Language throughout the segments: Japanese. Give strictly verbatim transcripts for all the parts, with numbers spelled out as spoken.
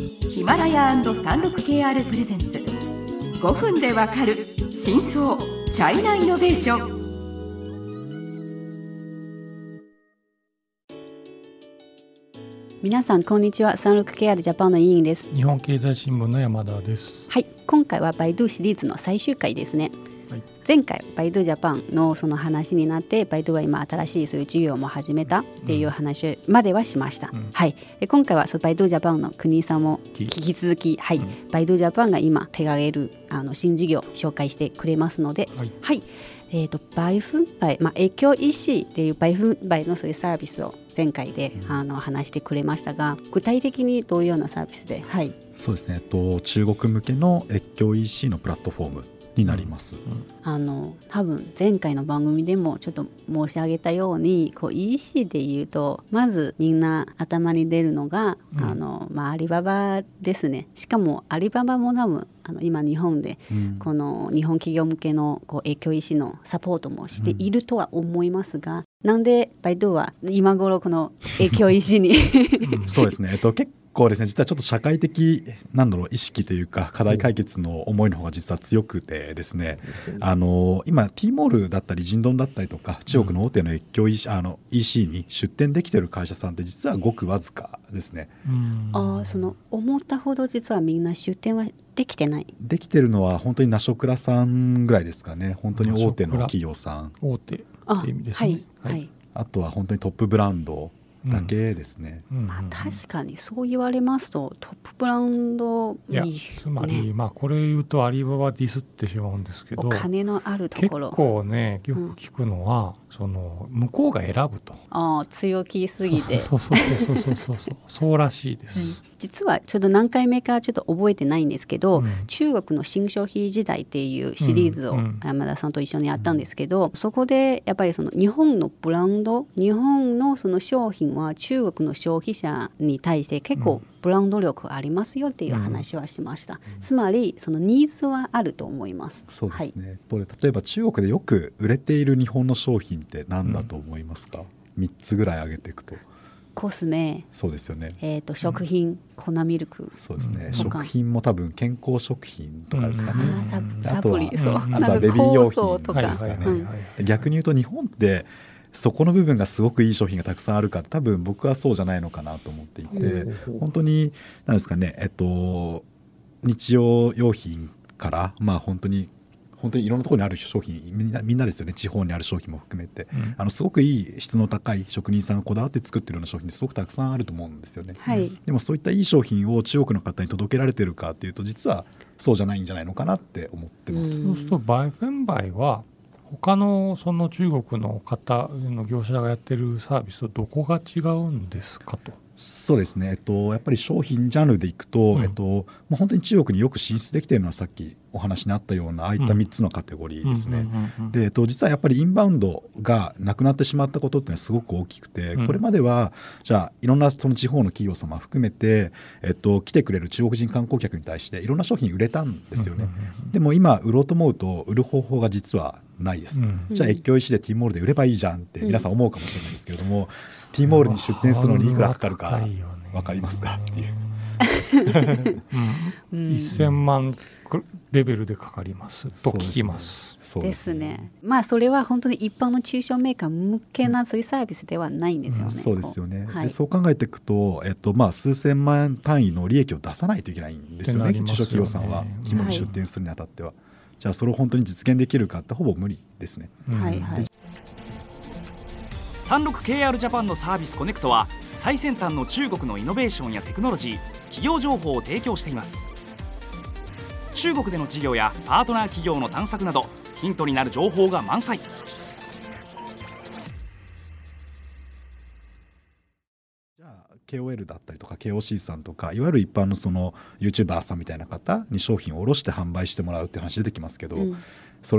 ヒマラヤ &さんじゅうろくケーアール プレゼンツごふんでわかる真相チャイナイノベーション。 皆さんこんにちは。 さんじゅうろくケーアール ジャパンの委員です。 日本経済新聞の山田です。 はい、今回はバイドゥシリーズの最終回ですね。はい、前回バイドゥジャパンのその話になって、バイドゥは今新しいそういう事業も始めたっていう話まではしました。うん、はい、で今回はそうバイドゥジャパンの国井さんも引き続き、はい、うん、バイドゥジャパンが今手掛けるあの新事業を紹介してくれますので、はい、はい、えーと、倍分配、まあ、影響医師っていう倍分配のそういうサービスを前回で、うん、あの話してくれましたが、具体的にどういうようなサービスで。はい、 そうですね、えっと、中国向けの越境 イーシー のプラットフォームになります。うんうん、あの多分前回の番組でもちょっと申し上げたように、こう イーシー でいうとまずみんな頭に出るのが、うん、あのまあ、アリババですね。しかもアリババも多分あの今日本でこの日本企業向けのこう越境 イーシー のサポートもしているとは思いますが、うん、なんでバイドゥは今頃この越境 イーシー にそうですね、えっと、結構ですね、実はちょっと社会的なんだろう意識というか課題解決の思いの方が実は強くてですね、あの今 T モールだったりジンドンだったりとか中国の大手の越境 イーシー、あの イーシー に出店できている会社さんって実はごくわずかですね。 うん、あ、その思ったほど実はみんな出店はできてない。 できてるのは本当にナショクラさんぐらいですかね。本当に大手の企業さん、 大手って意味ですね。 はいはい、 あとは本当にトップブランドだけですね。 うん、まあ、確かにそう言われますとトップブランドに、 いやつまり、ね、まあ、これ言うとアリババディスってしまうんですけど、 お金のあるところ結構ねよく聞くのは、うん、その向こうが選ぶと。 ああ、強気すぎて。 そうそうそうそうそうそうそうらしいです。うん、 実はちょっと何回目かちょっと覚えてないんですけど、うん、中国の新消費時代っていうシリーズを山田さんと一緒にやったんですけど、うん、そこでやっぱりその日本のブランド、日本のその商品は中国の消費者に対して結構ブランド力ありますよっていう話はしました。うん、つまりそのニーズはあると思います。 そうですね。はい、これ例えば中国でよく売れている日本の商品って何だと思いますか？うん、みっつぐらい挙げていくと。 コスメ、 そうですよね、 えー、と食品、うん、粉ミルク、 そうですね、うん、食品も多分健康食品とかですかね。 うん、あササプリ、そう、 あとはベビー用品とかですかね。逆に言うと日本ってそこの部分がすごくいい商品がたくさんあるか、多分僕はそうじゃないのかなと思っていて、うん、本当に何ですかね、えっと日用用品からまあ本当に本当にいろんなところにある商品、みんな、みんなですよね。地方にある商品も含めて、うん、あのすごくいい質の高い職人さんがこだわって作ってるような商品ってすごくたくさんあると思うんですよね。はい、でもそういったいい商品を中国の方に届けられてるかっていうと、実はそうじゃないんじゃないのかなって思ってます。 そうするとバイフェンバイは他のその中国の方の業者がやってるサービスとどこが違うんですかと。 そうですね、えっと、やっぱり商品ジャンルでいくと、うん、えっともう本当に中国によく進出できているのはさっきお話にあったようなああいったみっつのカテゴリーですね。で、えっと、実はやっぱりインバウンドがなくなってしまったことっていうのはすごく大きくて、うん、これまではじゃあいろんなその地方の企業様含めて、えっと、来てくれる中国人観光客に対していろんな商品売れたんですよね。でも今売ろうと思うと売る方法が実はないです。うん、じゃあ越境 イーシー で T モールで売ればいいじゃんって皆さん思うかもしれないですけれども、うん、T モールに出店するのにいくらかかるか分かりますかっていう、 うん、せんまんレベルでかかりますと聞きます。 そうですね。まあそれは本当に一般の中小メーカー向けなそういうサービスではないんですよね。うん、 そうですよね。はい、でそう考えていくと、えっとまあ、数千万円単位の利益を出さないといけないんですよね。中小企業さんは肝に出店するにあたっては、はい、じゃあそれを本当に実現できるかってほぼ無理ですね。 はいはい。 さんじゅうろくケーアール ジャパンのサービスコネクトは最先端の中国のイノベーションやテクノロジー、企業情報を提供しています。中国での事業やパートナー企業の探索などヒントになる情報が満載。 じゃあ ケーオーエル だったりとか ケーオーシー さんとかいわゆる一般のその YouTuber さんみたいな方に商品を卸して販売してもらうっていう話出てきますけど、うん、それで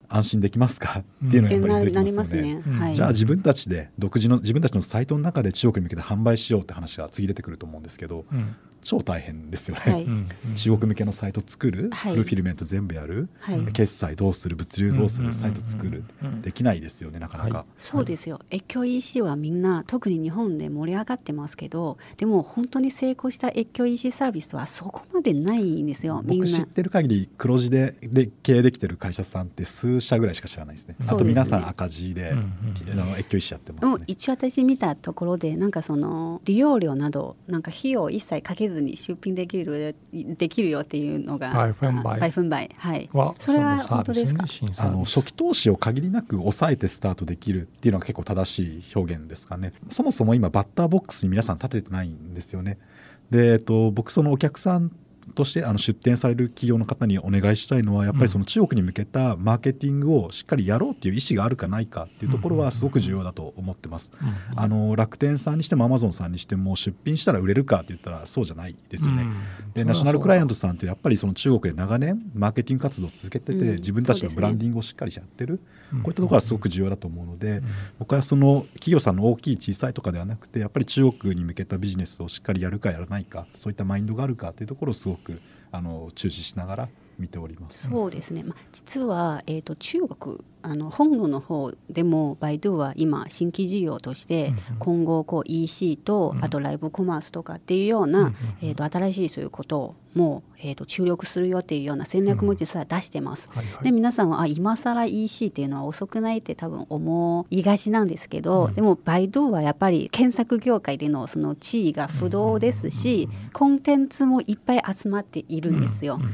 安心できますかっていうのがやっぱり出てきますよね。 はい、 じゃあ自分たちで独自の自分たちのサイトの中で中国に向けて販売しようって話が次出てくると思うんですけど、うん、超大変ですよね、はい、中国向けのサイト作る、はい、フルフィルメント全部やる、はい、決済どうする、物流どうする、サイト作る、できないですよね、なかなか、はい、 そうですよ。越境 イーシー はみんな特に日本で盛り上がってますけど、でも本当に成功した越境 イーシー サービスはそこまでないんですよ。みんな僕知ってる限り黒字でで経営できてる会社さんって数社ぐらいしか知らないですね。あと皆さん赤字で、うんうん、あの越境 イーシー やってますね。 一応私見たところでなんかその利用料などなんか費用を一切かけずに出品できるできるよっていうのがバイフンバイ、 バイフンバイ、はい、それは本当ですか？ あの初期投資を限りなく抑えてスタートできるっていうのが結構正しい表現ですかね。そもそも今バッターボックスに皆さん立ててないんですよね。で、えっと、僕そのお客さんとしてあの出展される企業の方にお願いしたいのはやっぱりその中国に向けたマーケティングをしっかりやろうっていう意思があるかないかっていうところはすごく重要だと思ってます。あの楽天さんにしてもアマゾンさんにしても出品したら売れるかって言ったらそうじゃないですよね。でナショナルクライアントさんってやっぱりその中国で長年マーケティング活動を続けてて、自分たちのブランディングをしっかりやってる、こういったところはすごく重要だと思うので、僕はその企業さんの大きい小さいとかではなくてやっぱり中国に向けたビジネスをしっかりやるかやらないか、そういったマインドがあるかというところをすごくあの注視しながら見ております。 そうですね、まあ、実は、えーと、中国あの本土の方でもバイドゥは今新規事業として今後こう イーシー とあとライブコマースとかっていうような、えーと、新しいそういうことをもう、えーと、注力するよっていうような戦略も実は出してます、うんはいはい、で皆さんはあ今更 イーシー っていうのは遅くないって多分思いがちなんですけど、うん、でもバイドゥはやっぱり検索業界でのその地位が不動ですし、うん、コンテンツもいっぱい集まっているんですよ、うんうん、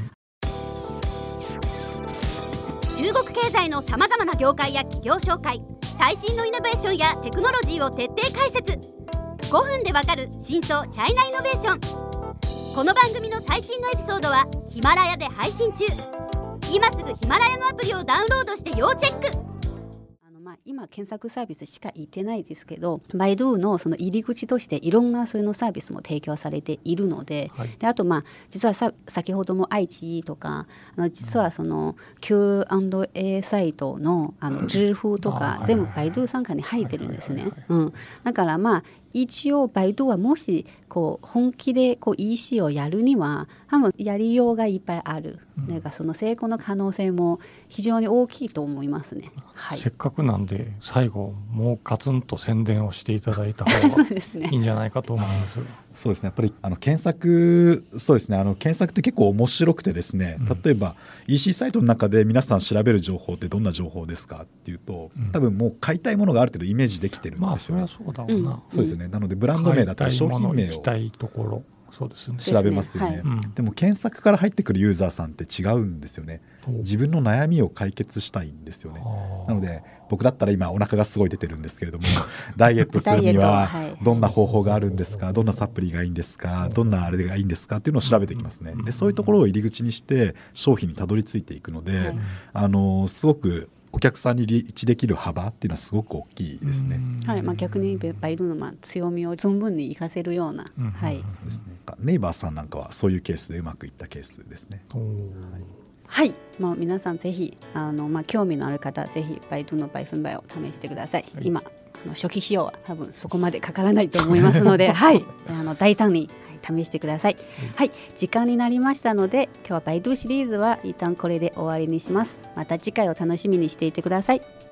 中国経済のさまざまな業界や企業紹介、最新のイノベーションやテクノロジーを徹底解説。ごふんでわかる真相チャイナイノベーション。この番組の最新のエピソードはヒマラヤで配信中。今すぐヒマラヤのアプリをダウンロードして要チェック。 まあ、今検索サービスしか言ってないですけど、バイドゥのその入り口としていろんなそういうのサービスも提供されているの で,、はい、であとまあ実はさ先ほども愛知とかあの実はその キューアンドエー サイト の, あの知風とか全部バイドゥ傘下に入ってるんですね。だからまあ一応バイドゥはもしこう本気でこう イーシー をやるには多分やりようがいっぱいある、うん、なんかその成功の可能性も非常に大きいと思いますね、はい、 せっかくなんで最後もうガツンと宣伝をしていただいた方がいいんじゃないかと思うんですがそうですね、やっぱりあの検索そうですねあの検索って結構面白くてですね、例えば イーシー サイトの中で皆さん調べる情報ってどんな情報ですかっていうと、うん、多分もう買いたいものがある程度イメージできてるんですよね。 まあそれはそうだろうな、うん、 そうですよね。なのでブランド名だったり商品名を行きたいところそうですね、 調べますよね、はい、でも検索から入ってくるユーザーさんって違うんですよね。自分の悩みを解決したいんですよね。なので僕だったら今お腹がすごい出てるんですけれどもダイエットするにはどんな方法があるんですか、どんなサプリがいいんですか、どんなあれがいいんですかっていうのを調べてきますね。でそういうところを入り口にして商品にたどり着いていくので、はい、あのすごくお客さんにリーチできる幅っていうのはすごく大きいですね。 はいまあ、逆にバイドゥのまあ強みを存分に活かせるような、うんはい、 そうですね、ネイバーさんなんかはそういうケースでうまくいったケースですね。はいはいまあ、皆さんぜひあの、まあ、興味のある方ぜひバイドゥのバイフンバイを試してください、はい、今あの初期費用は多分そこまでかからないと思いますので、はい、あの大胆に試してください、はいはい、時間になりましたので今日はバイドゥシリーズは一旦これで終わりにします。また次回を楽しみにしていてください。